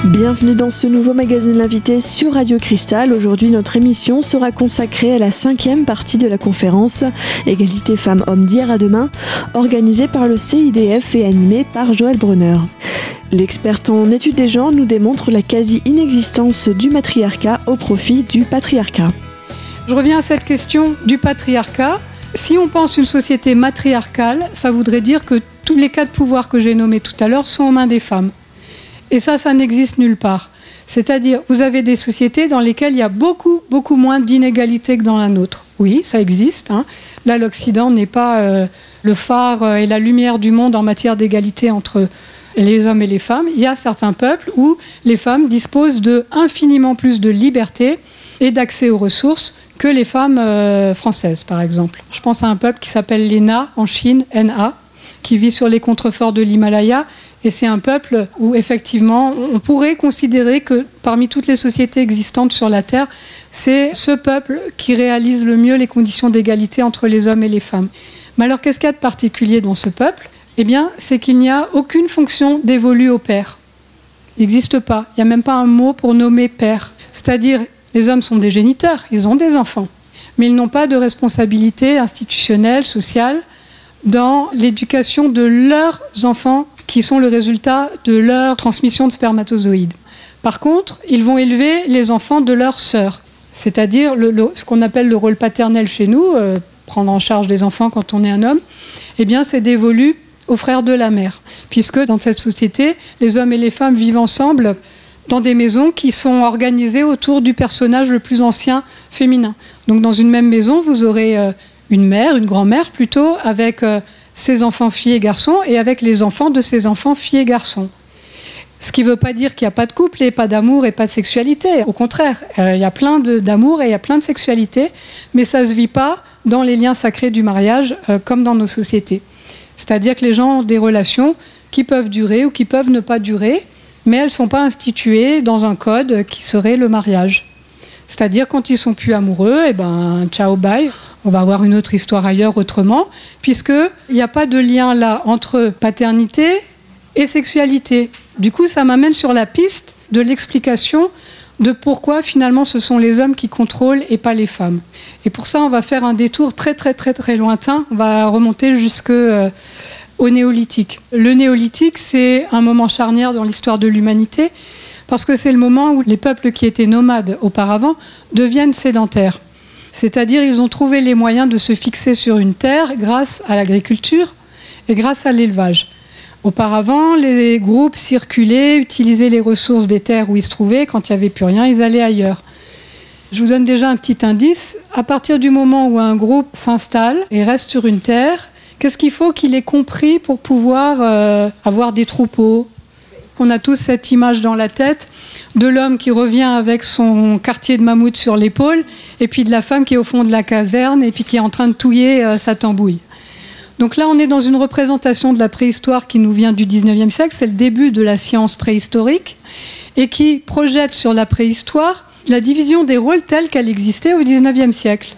Bienvenue dans ce nouveau magazine L'Invité sur Radio Cristal. Aujourd'hui, notre émission sera consacrée à la 5e partie de la conférence Égalité femmes-hommes d'hier à demain, organisée par le CIDF et animée par Joël Brunner. L'experte en études des genres nous démontre la quasi-inexistence du matriarcat au profit du patriarcat. Je reviens à cette question du patriarcat. Si on pense une société matriarcale, ça voudrait dire que tous les cas de pouvoir que j'ai nommés tout à l'heure sont aux mains des femmes. Et ça n'existe nulle part. C'est-à-dire, vous avez des sociétés dans lesquelles il y a beaucoup moins d'inégalités que dans la nôtre. Oui, ça existe. Là, l'Occident n'est pas le phare et la lumière du monde en matière d'égalité entre les hommes et les femmes. Il y a certains peuples où les femmes disposent de infiniment plus de liberté et d'accès aux ressources que les femmes françaises, par exemple. Je pense à un peuple qui s'appelle les Na, en Chine, Na, qui vit sur les contreforts de l'Himalaya. Et c'est un peuple où, effectivement, on pourrait considérer que parmi toutes les sociétés existantes sur la Terre, c'est ce peuple qui réalise le mieux les conditions d'égalité entre les hommes et les femmes. Mais alors, qu'est-ce qu'il y a de particulier dans ce peuple ? Eh bien, c'est qu'il n'y a aucune fonction dévolue au père. Il n'existe pas. Il n'y a même pas un mot pour nommer père. C'est-à-dire, les hommes sont des géniteurs, ils ont des enfants. Mais ils n'ont pas de responsabilité institutionnelle, sociale, dans l'éducation de leurs enfants qui sont le résultat de leur transmission de spermatozoïdes. Par contre, ils vont élever les enfants de leurs sœurs, c'est-à-dire ce qu'on appelle le rôle paternel chez nous, prendre en charge des enfants quand on est un homme, eh bien c'est dévolu aux frères de la mère, puisque dans cette société, les hommes et les femmes vivent ensemble dans des maisons qui sont organisées autour du personnage le plus ancien féminin. Donc dans une même maison, vous aurez une mère, une grand-mère plutôt, avec ses enfants filles et garçons, et avec les enfants de ses enfants filles et garçons. Ce qui ne veut pas dire qu'il n'y a pas de couple et pas d'amour et pas de sexualité. Au contraire, il y a plein d'amour et il y a plein de sexualité, mais ça ne se vit pas dans les liens sacrés du mariage comme dans nos sociétés. C'est-à-dire que les gens ont des relations qui peuvent durer ou qui peuvent ne pas durer, mais elles ne sont pas instituées dans un code qui serait le mariage. C'est-à-dire quand ils ne sont plus amoureux, eh ben, ciao, bye, on va avoir une autre histoire ailleurs autrement, puisqu'il n'y a pas de lien là entre paternité et sexualité. Du coup, ça m'amène sur la piste de l'explication de pourquoi finalement ce sont les hommes qui contrôlent et pas les femmes. Et pour ça, on va faire un détour très lointain, on va remonter jusqu'au néolithique. Le néolithique, c'est un moment charnière dans l'histoire de l'humanité, parce que c'est le moment où les peuples qui étaient nomades auparavant deviennent sédentaires. C'est-à-dire ils ont trouvé les moyens de se fixer sur une terre grâce à l'agriculture et grâce à l'élevage. Auparavant, les groupes circulaient, utilisaient les ressources des terres où ils se trouvaient. Quand il n'y avait plus rien, ils allaient ailleurs. Je vous donne déjà un petit indice. À partir du moment où un groupe s'installe et reste sur une terre, qu'est-ce qu'il faut qu'il ait compris pour pouvoir avoir des troupeaux ? On a tous cette image dans la tête de l'homme qui revient avec son quartier de mammouth sur l'épaule et puis de la femme qui est au fond de la caverne et puis qui est en train de touiller sa tambouille. Donc là, on est dans une représentation de la préhistoire qui nous vient du 19e siècle. C'est le début de la science préhistorique et qui projette sur la préhistoire la division des rôles telle qu'elle existait au 19e siècle.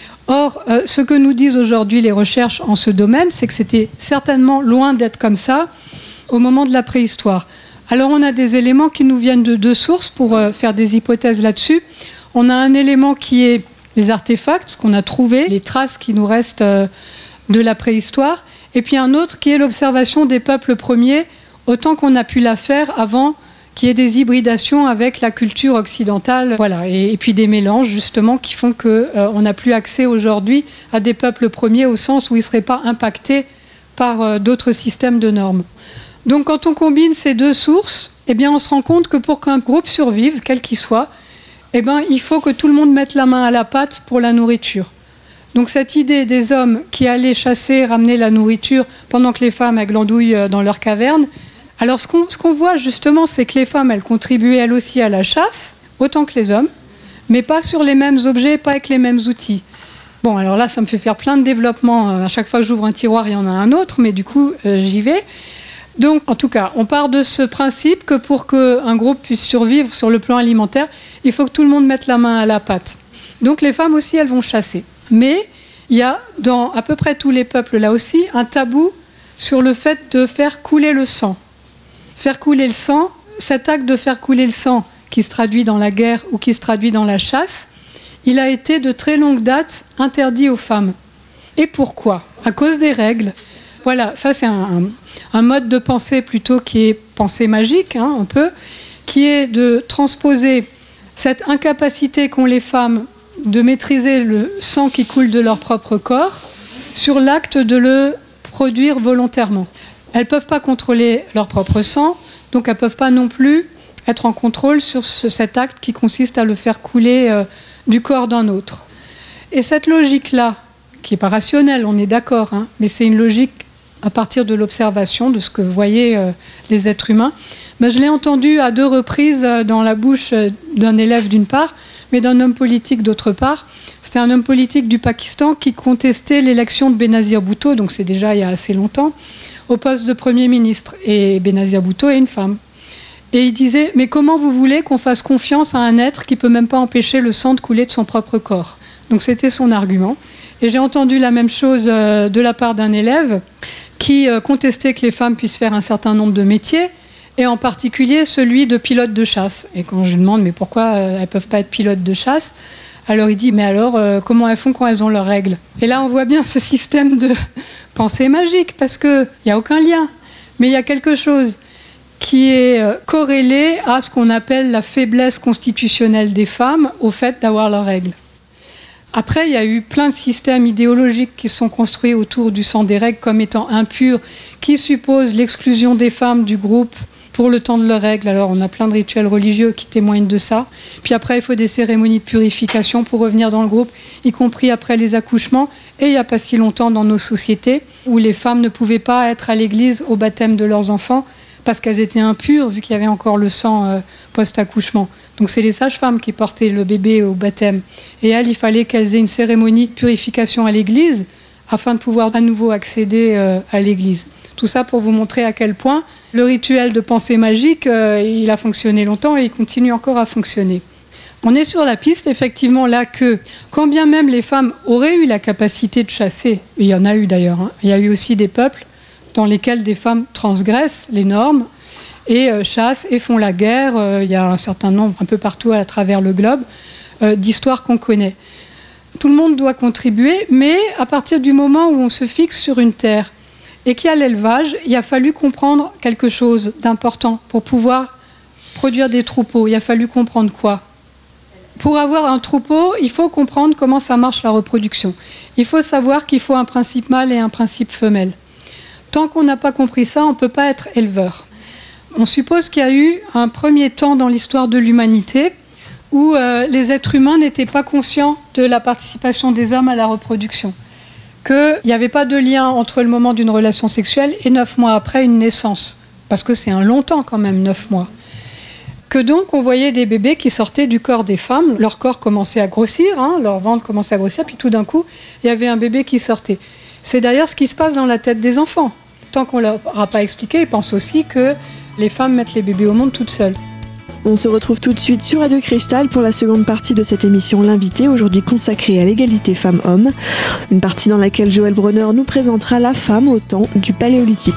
Or, ce que nous disent aujourd'hui les recherches en ce domaine, c'est que c'était certainement loin d'être comme ça au moment de la préhistoire. Alors on a des éléments qui nous viennent de deux sources pour faire des hypothèses là-dessus. On a un élément qui est les artefacts, ce qu'on a trouvé, les traces qui nous restent de la préhistoire, et puis un autre qui est l'observation des peuples premiers, autant qu'on a pu la faire avant qu'il y ait des hybridations avec la culture occidentale, voilà, et puis des mélanges justement qui font qu'on n'a plus accès aujourd'hui à des peuples premiers au sens où ils ne seraient pas impactés par d'autres systèmes de normes. Donc quand on combine ces deux sources, eh bien, on se rend compte que pour qu'un groupe survive, quel qu'il soit, eh bien, il faut que tout le monde mette la main à la pâte pour la nourriture. Donc cette idée des hommes qui allaient chasser, ramener la nourriture pendant que les femmes elles glandouillent dans leur caverne, alors ce qu'on voit justement, c'est que les femmes elles contribuaient elles aussi à la chasse, autant que les hommes, mais pas sur les mêmes objets, pas avec les mêmes outils. Bon, alors là, ça me fait faire plein de développements. À chaque fois que j'ouvre un tiroir, il y en a un autre, mais du coup, j'y vais. Donc, en tout cas, on part de ce principe que pour qu'un groupe puisse survivre sur le plan alimentaire, il faut que tout le monde mette la main à la pâte. Donc, les femmes aussi, elles vont chasser. Mais il y a, dans à peu près tous les peuples, là aussi, un tabou sur le fait de faire couler le sang. Faire couler le sang, cet acte de faire couler le sang, qui se traduit dans la guerre ou qui se traduit dans la chasse, il a été de très longue date interdit aux femmes. Et pourquoi ? À cause des règles. Voilà, ça c'est un mode de pensée plutôt qui est pensée magique, un peu, qui est de transposer cette incapacité qu'ont les femmes de maîtriser le sang qui coule de leur propre corps sur l'acte de le produire volontairement. Elles ne peuvent pas contrôler leur propre sang, donc elles ne peuvent pas non plus être en contrôle sur cet acte qui consiste à le faire couler du corps d'un autre. Et cette logique-là, qui n'est pas rationnelle, on est d'accord, mais c'est une logique à partir de l'observation de ce que voyaient les êtres humains, je l'ai entendue à 2 reprises dans la bouche d'un élève d'une part, mais d'un homme politique d'autre part. C'était un homme politique du Pakistan qui contestait l'élection de Benazir Bhutto, donc c'est déjà il y a assez longtemps, au poste de Premier ministre. Et Benazir Bhutto est une femme. Et il disait, mais comment vous voulez qu'on fasse confiance à un être qui ne peut même pas empêcher le sang de couler de son propre corps ? Donc c'était son argument. Et j'ai entendu la même chose de la part d'un élève qui contestait que les femmes puissent faire un certain nombre de métiers, et en particulier celui de pilote de chasse. Et quand je lui demande, mais pourquoi elles ne peuvent pas être pilotes de chasse ? Alors il dit, mais alors, comment elles font quand elles ont leurs règles ? Et là, on voit bien ce système de pensée magique, parce qu'il n'y a aucun lien. Mais il y a quelque chose qui est corrélé à ce qu'on appelle la faiblesse constitutionnelle des femmes au fait d'avoir leurs règles. Après, il y a eu plein de systèmes idéologiques qui sont construits autour du sang des règles comme étant impurs, qui supposent l'exclusion des femmes du groupe pour le temps de leurs règles. Alors, on a plein de rituels religieux qui témoignent de ça. Puis après, il faut des cérémonies de purification pour revenir dans le groupe, y compris après les accouchements. Et il n'y a pas si longtemps dans nos sociétés où les femmes ne pouvaient pas être à l'église au baptême de leurs enfants parce qu'elles étaient impures, vu qu'il y avait encore le sang post-accouchement. Donc c'est les sages-femmes qui portaient le bébé au baptême. Et elles, il fallait qu'elles aient une cérémonie de purification à l'église afin de pouvoir à nouveau accéder à l'église. Tout ça pour vous montrer à quel point le rituel de pensée magique, il a fonctionné longtemps et il continue encore à fonctionner. On est sur la piste, effectivement, là que, quand bien même les femmes auraient eu la capacité de chasser, il y en a eu d'ailleurs, il y a eu aussi des peuples dans lesquels des femmes transgressent les normes et chassent et font la guerre. Il y a un certain nombre, un peu partout à travers le globe, d'histoires qu'on connaît. Tout le monde doit contribuer, mais à partir du moment où on se fixe sur une terre et qu'il y a l'élevage, il a fallu comprendre quelque chose d'important pour pouvoir produire des troupeaux. Il a fallu comprendre quoi ? Pour avoir un troupeau, il faut comprendre comment ça marche la reproduction. Il faut savoir qu'il faut un principe mâle et un principe femelle. Tant qu'on n'a pas compris ça, on ne peut pas être éleveur. On suppose qu'il y a eu un premier temps dans l'histoire de l'humanité où les êtres humains n'étaient pas conscients de la participation des hommes à la reproduction. Qu'il n'y avait pas de lien entre le moment d'une relation sexuelle et 9 mois après une naissance. Parce que c'est un long temps quand même, 9 mois. Que donc on voyait des bébés qui sortaient du corps des femmes, leur corps commençait à grossir, leur ventre commençait à grossir, puis tout d'un coup, il y avait un bébé qui sortait. C'est d'ailleurs ce qui se passe dans la tête des enfants. Tant qu'on ne leur a pas expliqué, ils pensent aussi que les femmes mettent les bébés au monde toutes seules. On se retrouve tout de suite sur Radio Cristal pour la seconde partie de cette émission L'Invité, aujourd'hui consacrée à l'égalité femmes-hommes. Une partie dans laquelle Joël Bronner nous présentera la femme au temps du Paléolithique.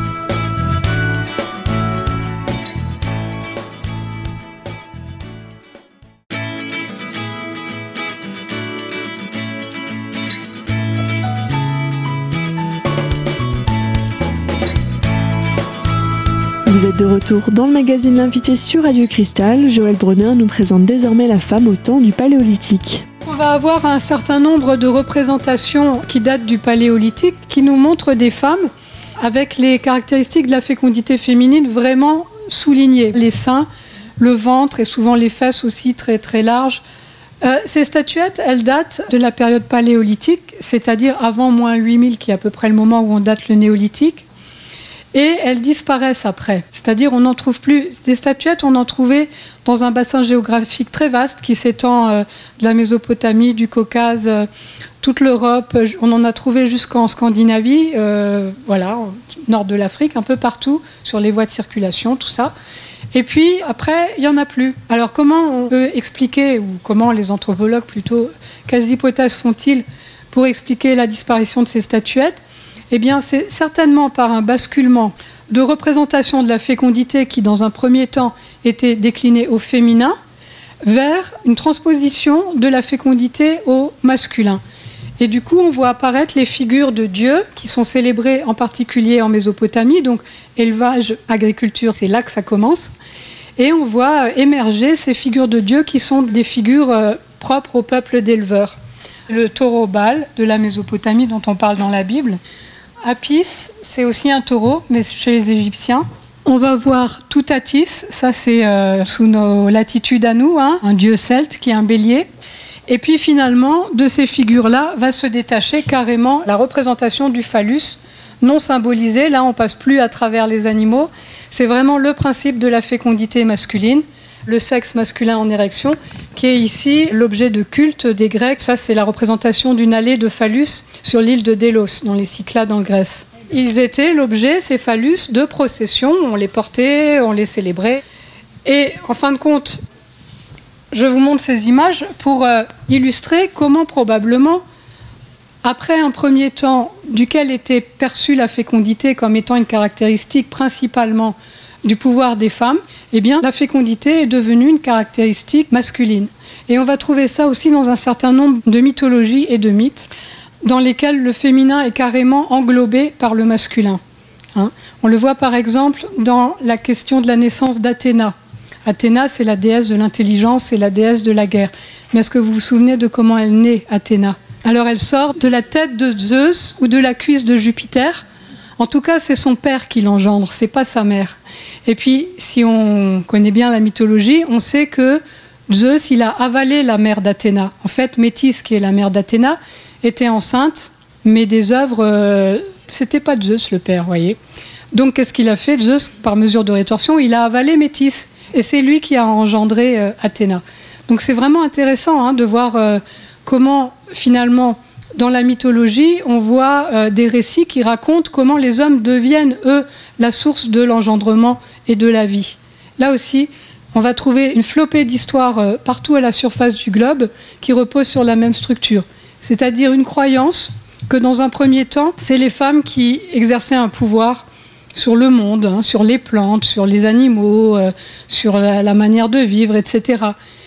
Vous êtes de retour dans le magazine L'Invité sur Radio Cristal. Joël Bronner nous présente désormais la femme au temps du Paléolithique. On va avoir un certain nombre de représentations qui datent du Paléolithique qui nous montrent des femmes avec les caractéristiques de la fécondité féminine vraiment soulignées. Les seins, le ventre et souvent les fesses aussi très très larges. Ces statuettes, elles datent de la période paléolithique, c'est-à-dire avant moins 8000, qui est à peu près le moment où on date le néolithique. Et elles disparaissent après. C'est-à-dire on n'en trouve plus. Des statuettes, on en trouvait dans un bassin géographique très vaste qui s'étend de la Mésopotamie, du Caucase, toute l'Europe. On en a trouvé jusqu'en Scandinavie, au nord de l'Afrique, un peu partout, sur les voies de circulation, tout ça. Et puis après, il n'y en a plus. Alors comment on peut expliquer, ou comment les anthropologues plutôt, quelles hypothèses font-ils pour expliquer la disparition de ces statuettes ? Eh bien, c'est certainement par un basculement de représentation de la fécondité qui, dans un premier temps, était déclinée au féminin, vers une transposition de la fécondité au masculin. Et du coup, on voit apparaître les figures de dieux qui sont célébrées en particulier en Mésopotamie, donc élevage, agriculture, c'est là que ça commence. Et on voit émerger ces figures de dieux qui sont des figures propres au peuple d'éleveurs. Le taureau Baal de la Mésopotamie dont on parle dans la Bible. Apis, c'est aussi un taureau, mais chez les Égyptiens. On va voir Toutatis, ça c'est sous nos latitudes à nous, un dieu celte qui est un bélier. Et puis finalement, de ces figures-là, va se détacher carrément la représentation du phallus, non symbolisé. Là, on ne passe plus à travers les animaux. C'est vraiment le principe de la fécondité masculine, le sexe masculin en érection, qui est ici l'objet de culte des Grecs. Ça, c'est la représentation d'une allée de phallus sur l'île de Délos, dans les Cyclades en Grèce. Ils étaient l'objet, ces phallus, de processions. On les portait, on les célébrait. Et en fin de compte, je vous montre ces images pour illustrer comment probablement, après un premier temps duquel était perçue la fécondité comme étant une caractéristique principalement du pouvoir des femmes, eh bien, la fécondité est devenue une caractéristique masculine. Et on va trouver ça aussi dans un certain nombre de mythologies et de mythes dans lesquels le féminin est carrément englobé par le masculin. On le voit par exemple dans la question de la naissance d'Athéna. Athéna, c'est la déesse de l'intelligence et la déesse de la guerre. Mais est-ce que vous vous souvenez de comment elle naît, Athéna ? Alors elle sort de la tête de Zeus ou de la cuisse de Jupiter. En tout cas, c'est son père qui l'engendre, c'est pas sa mère. Et puis, si on connaît bien la mythologie, on sait que Zeus, il a avalé la mère d'Athéna. En fait, Métis, qui est la mère d'Athéna, était enceinte, mais des œuvres, c'était pas de Zeus le père, voyez. Donc, qu'est-ce qu'il a fait, Zeus, par mesure de rétorsion ? Il a avalé Métis. Et c'est lui qui a engendré Athéna. Donc c'est vraiment intéressant de voir comment, finalement, dans la mythologie, on voit des récits qui racontent comment les hommes deviennent, eux, la source de l'engendrement et de la vie. Là aussi, on va trouver une flopée d'histoires partout à la surface du globe qui reposent sur la même structure. C'est-à-dire une croyance que, dans un premier temps, c'est les femmes qui exerçaient un pouvoir sur le monde, sur les plantes, sur les animaux, sur la manière de vivre, etc.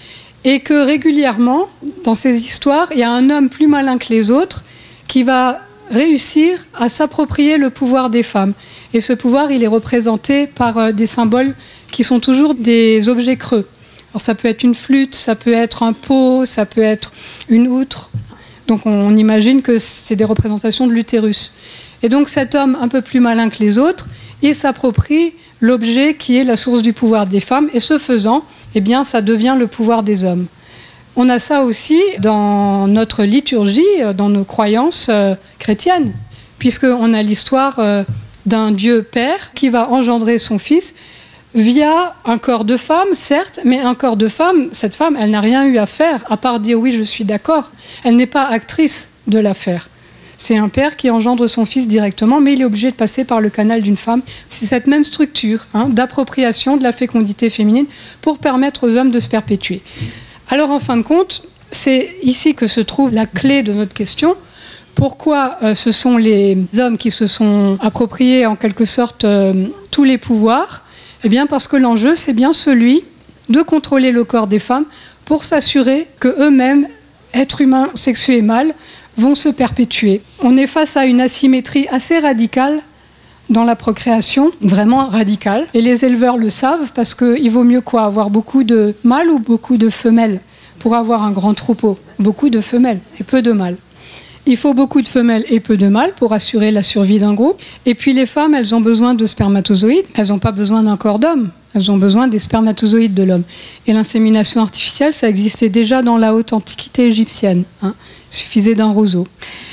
Et que régulièrement, dans ces histoires, il y a un homme plus malin que les autres qui va réussir à s'approprier le pouvoir des femmes. Et ce pouvoir, il est représenté par des symboles qui sont toujours des objets creux. Alors ça peut être une flûte, ça peut être un pot, ça peut être une outre. Donc on imagine que c'est des représentations de l'utérus. Et donc cet homme un peu plus malin que les autres, il s'approprie l'objet qui est la source du pouvoir des femmes, et ce faisant, eh bien, ça devient le pouvoir des hommes. On a ça aussi dans notre liturgie, dans nos croyances chrétiennes, puisqu'on a l'histoire d'un Dieu Père qui va engendrer son Fils via un corps de femme, certes, mais un corps de femme, cette femme, elle n'a rien eu à faire, à part dire oui, je suis d'accord. Elle n'est pas actrice de l'affaire. C'est un père qui engendre son fils directement, mais il est obligé de passer par le canal d'une femme. C'est cette même structure d'appropriation de la fécondité féminine pour permettre aux hommes de se perpétuer. Alors, en fin de compte, c'est ici que se trouve la clé de notre question. Pourquoi ce sont les hommes qui se sont appropriés en quelque sorte tous les pouvoirs ? Eh bien, parce que l'enjeu, c'est bien celui de contrôler le corps des femmes pour s'assurer qu'eux-mêmes, êtres humains sexués mâles, vont se perpétuer. On est face à une asymétrie assez radicale dans la procréation, vraiment radicale. Et les éleveurs le savent parce qu'il vaut mieux quoi ? Avoir beaucoup de mâles ou beaucoup de femelles pour avoir un grand troupeau ? Beaucoup de femelles et peu de mâles. Il faut beaucoup de femelles et peu de mâles pour assurer la survie d'un groupe. Et puis les femmes, elles ont besoin de spermatozoïdes. Elles n'ont pas besoin d'un corps d'homme. Elles ont besoin des spermatozoïdes de l'homme. Et l'insémination artificielle, ça existait déjà dans la haute antiquité égyptienne. Il suffisait d'un roseau.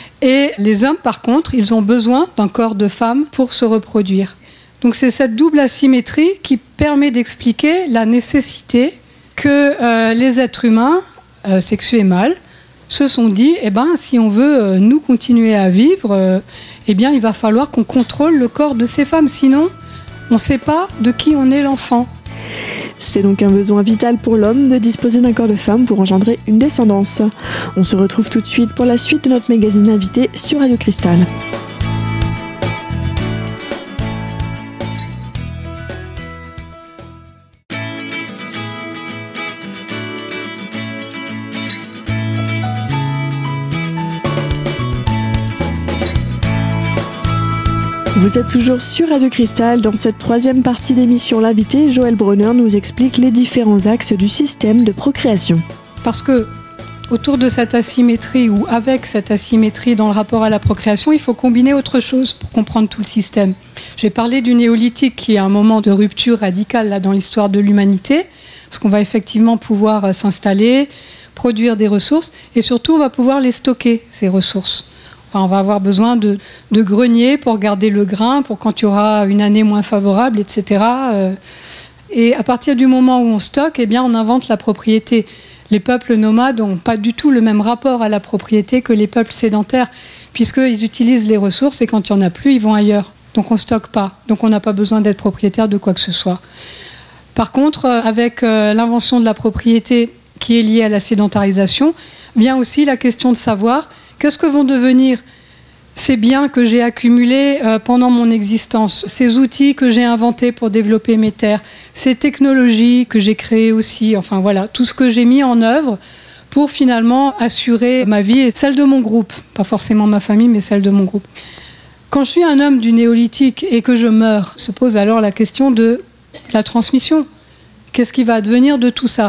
Et les hommes, par contre, ils ont besoin d'un corps de femme pour se reproduire. Donc c'est cette double asymétrie qui permet d'expliquer la nécessité que les êtres humains, sexués mâles, se sont dit, si on veut nous continuer à vivre, il va falloir qu'on contrôle le corps de ces femmes. Sinon, on ne sait pas de qui on est l'enfant. C'est donc un besoin vital pour l'homme de disposer d'un corps de femme pour engendrer une descendance. On se retrouve tout de suite pour la suite de notre magazine invité sur Radio Cristal. Vous êtes toujours sur Radio Cristal. Dans cette troisième partie d'émission, l'invité Joël Brunner nous explique les différents axes du système de procréation. Parce que autour de cette asymétrie ou avec cette asymétrie dans le rapport à la procréation, il faut combiner autre chose pour comprendre tout le système. J'ai parlé du néolithique qui est un moment de rupture radicale là, dans l'histoire de l'humanité, parce qu'on va effectivement pouvoir s'installer, produire des ressources et surtout on va pouvoir les stocker, ces ressources. Enfin, on va avoir besoin de greniers pour garder le grain, pour quand il y aura une année moins favorable, etc. Et à partir du moment où on stocke, eh bien, on invente la propriété. Les peuples nomades n'ont pas du tout le même rapport à la propriété que les peuples sédentaires, puisqu'ils utilisent les ressources et quand il n'y en a plus, ils vont ailleurs. Donc on ne stocke pas, donc on n'a pas besoin d'être propriétaire de quoi que ce soit. Par contre, avec l'invention de la propriété qui est liée à la sédentarisation, vient aussi la question de savoir qu'est-ce que vont devenir ces biens que j'ai accumulés pendant mon existence, ces outils que j'ai inventés pour développer mes terres, ces technologies que j'ai créées aussi, enfin voilà, tout ce que j'ai mis en œuvre pour finalement assurer ma vie et celle de mon groupe, pas forcément ma famille, mais celle de mon groupe. Quand je suis un homme du néolithique et que je meurs, se pose alors la question de la transmission. Qu'est-ce qui va advenir de tout ça ?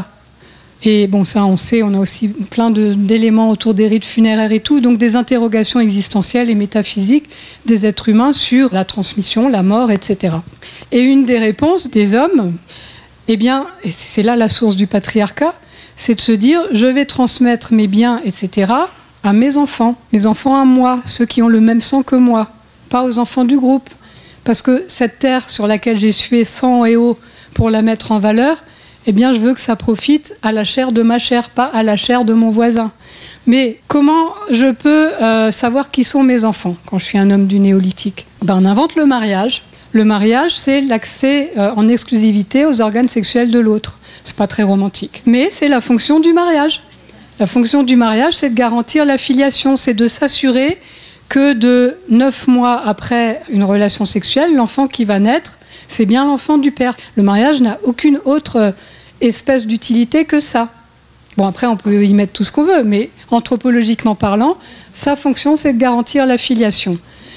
Et bon, ça, on sait, on a aussi plein d'éléments autour des rites funéraires et tout, donc des interrogations existentielles et métaphysiques des êtres humains sur la transmission, la mort, etc. Et une des réponses des hommes, eh bien, et c'est là la source du patriarcat, c'est de se dire, je vais transmettre mes biens, etc., à mes enfants à moi, ceux qui ont le même sang que moi, pas aux enfants du groupe. Parce que cette terre sur laquelle j'ai sué sang et eau pour la mettre en valeur, eh bien, je veux que ça profite à la chair de ma chair, pas à la chair de mon voisin. Mais comment je peux savoir qui sont mes enfants quand je suis un homme du néolithique ? On invente le mariage. Le mariage, c'est l'accès en exclusivité aux organes sexuels de l'autre. C'est pas très romantique. Mais c'est la fonction du mariage. La fonction du mariage, c'est de garantir la filiation, c'est de s'assurer que de 9 mois après une relation sexuelle, l'enfant qui va naître, c'est bien l'enfant du père. Le mariage n'a aucune autre espèce d'utilité que ça. Bon, après, on peut y mettre tout ce qu'on veut, mais anthropologiquement parlant, sa fonction, c'est de garantir la filiation.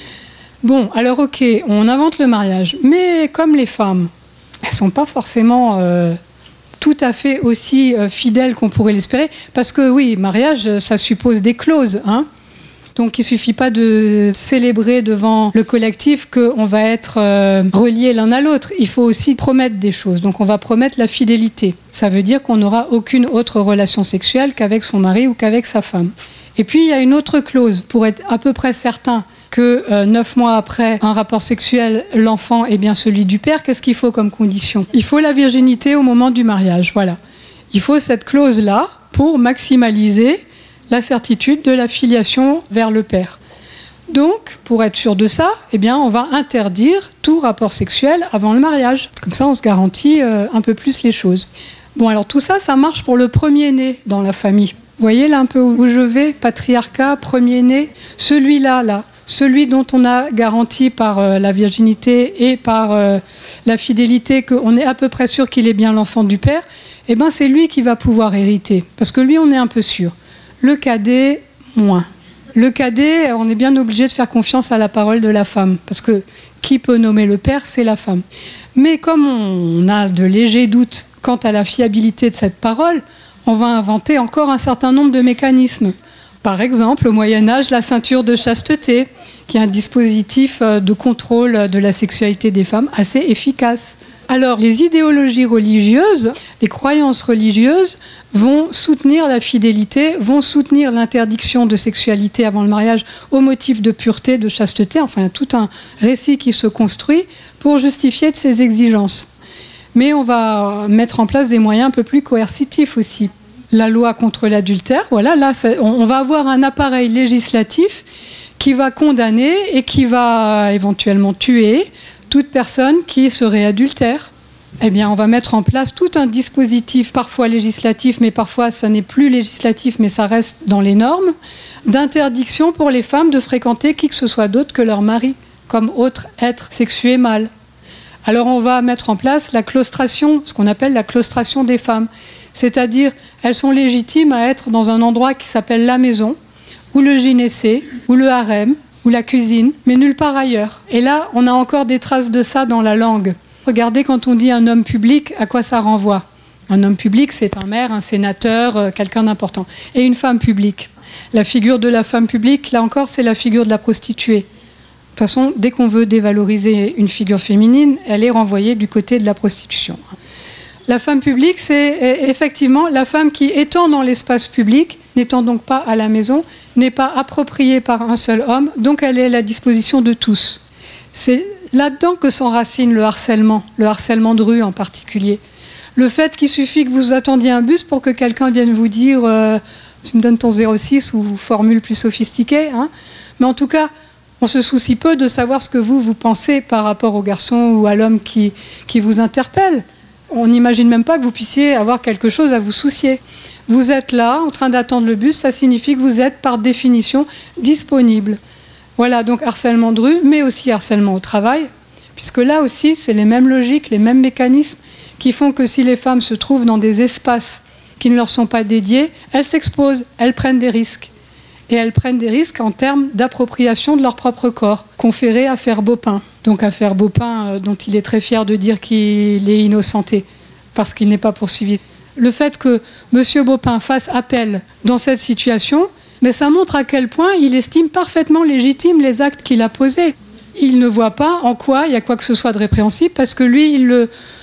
Bon, alors ok, on invente le mariage, mais comme les femmes, elles ne sont pas forcément tout à fait aussi fidèles qu'on pourrait l'espérer, parce que oui, mariage, ça suppose des clauses, hein. Donc il ne suffit pas de célébrer devant le collectif qu'on va être reliés l'un à l'autre. Il faut aussi promettre des choses. Donc on va promettre la fidélité. Ça veut dire qu'on n'aura aucune autre relation sexuelle qu'avec son mari ou qu'avec sa femme. Et puis il y a une autre clause pour être à peu près certain que 9 mois après un rapport sexuel, l'enfant est bien celui du père. Qu'est-ce qu'il faut comme condition ? Il faut la virginité au moment du mariage. Voilà. Il faut cette clause-là pour maximaliser la certitude de la filiation vers le père. Donc, pour être sûr de ça, eh bien, on va interdire tout rapport sexuel avant le mariage. Comme ça, on se garantit un peu plus les choses. Bon, alors tout ça, ça marche pour le premier-né dans la famille. Vous voyez là un peu où je vais ? Patriarcat, premier-né. Celui-là, celui dont on a garanti par la virginité et par la fidélité qu'on est à peu près sûr qu'il est bien l'enfant du père, eh ben, c'est lui qui va pouvoir hériter. Parce que lui, on est un peu sûr. Le cadet, moins. Le cadet, on est bien obligé de faire confiance à la parole de la femme, parce que qui peut nommer le père, c'est la femme. Mais comme on a de légers doutes quant à la fiabilité de cette parole, on va inventer encore un certain nombre de mécanismes. Par exemple, au Moyen-Âge, la ceinture de chasteté, qui est un dispositif de contrôle de la sexualité des femmes assez efficace. Alors, les idéologies religieuses, les croyances religieuses vont soutenir la fidélité, vont soutenir l'interdiction de sexualité avant le mariage au motif de pureté, de chasteté. Enfin, il y a tout un récit qui se construit pour justifier de ces exigences. Mais on va mettre en place des moyens un peu plus coercitifs aussi. La loi contre l'adultère, voilà, là, on va avoir un appareil législatif qui va condamner et qui va éventuellement tuer toute personne qui serait adultère. Eh bien, on va mettre en place tout un dispositif, parfois législatif, mais parfois ça n'est plus législatif, mais ça reste dans les normes, d'interdiction pour les femmes de fréquenter qui que ce soit d'autre que leur mari, comme autre être sexué mâle. Alors on va mettre en place la claustration, ce qu'on appelle la claustration des femmes. C'est-à-dire, elles sont légitimes à être dans un endroit qui s'appelle la maison, ou le gynécée, ou le harem, ou la cuisine, mais nulle part ailleurs. Et là, on a encore des traces de ça dans la langue. Regardez, quand on dit un homme public, à quoi ça renvoie ? Un homme public, c'est un maire, un sénateur, quelqu'un d'important. Et une femme publique. La figure de la femme publique, là encore, c'est la figure de la prostituée. De toute façon, dès qu'on veut dévaloriser une figure féminine, elle est renvoyée du côté de la prostitution. La femme publique, c'est effectivement la femme qui, étant dans l'espace public, n'étant donc pas à la maison, n'est pas appropriée par un seul homme, donc elle est à la disposition de tous. C'est là-dedans que s'enracine le harcèlement de rue en particulier. Le fait qu'il suffit que vous attendiez un bus pour que quelqu'un vienne vous dire tu me donnes ton 06 ou formule plus sophistiquée, hein. Mais en tout cas, on se soucie peu de savoir ce que vous pensez par rapport au garçon ou à l'homme qui vous interpelle. On n'imagine même pas que vous puissiez avoir quelque chose à vous soucier. Vous êtes là, en train d'attendre le bus, ça signifie que vous êtes par définition disponible. Voilà, donc harcèlement de rue, mais aussi harcèlement au travail, puisque là aussi, c'est les mêmes logiques, les mêmes mécanismes qui font que si les femmes se trouvent dans des espaces qui ne leur sont pas dédiés, elles s'exposent, elles prennent des risques. Et elles prennent des risques en termes d'appropriation de leur propre corps, conféré à Affaire Baupin. Donc Affaire Baupin, dont il est très fier de dire qu'il est innocenté, parce qu'il n'est pas poursuivi. Le fait que M. Baupin fasse appel dans cette situation, mais ça montre à quel point il estime parfaitement légitimes les actes qu'il a posés. Il ne voit pas en quoi il y a quoi que ce soit de répréhensible, parce que lui, il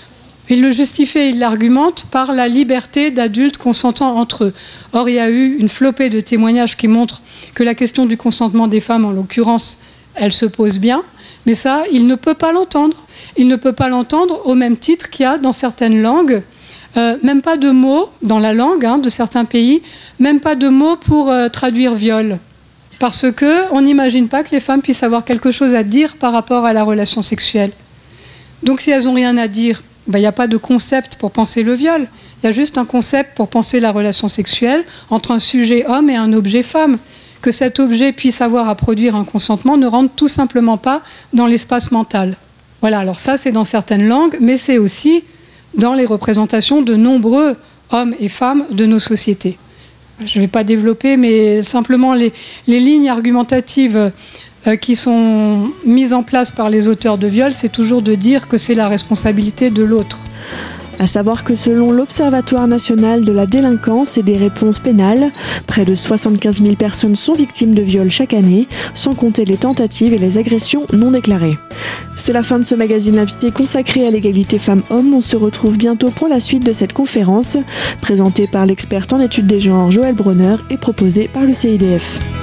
le justifie, il l'argumente par la liberté d'adultes consentants entre eux. Or, il y a eu une flopée de témoignages qui montrent que la question du consentement des femmes, en l'occurrence, elle se pose bien, mais ça, il ne peut pas l'entendre. Il ne peut pas l'entendre au même titre qu'il y a dans certaines langues, même pas de mots dans la langue de certains pays, même pas de mots pour traduire viol. Parce qu'on n'imagine pas que les femmes puissent avoir quelque chose à dire par rapport à la relation sexuelle. Donc si elles n'ont rien à dire, il n'y a pas de concept pour penser le viol. Il y a juste un concept pour penser la relation sexuelle entre un sujet homme et un objet femme. Que cet objet puisse avoir à produire un consentement ne rentre tout simplement pas dans l'espace mental. Voilà, alors ça c'est dans certaines langues, mais c'est aussi dans les représentations de nombreux hommes et femmes de nos sociétés. Je ne vais pas développer, mais simplement les lignes argumentatives qui sont mises en place par les auteurs de viol, c'est toujours de dire que c'est la responsabilité de l'autre. À savoir que selon l'Observatoire national de la délinquance et des réponses pénales, près de 75 000 personnes sont victimes de viols chaque année, sans compter les tentatives et les agressions non déclarées. C'est la fin de ce magazine L'Invité consacré à l'égalité femmes-hommes. On se retrouve bientôt pour la suite de cette conférence, présentée par l'experte en études des genres Joëlle Bronner et proposée par le CIDF.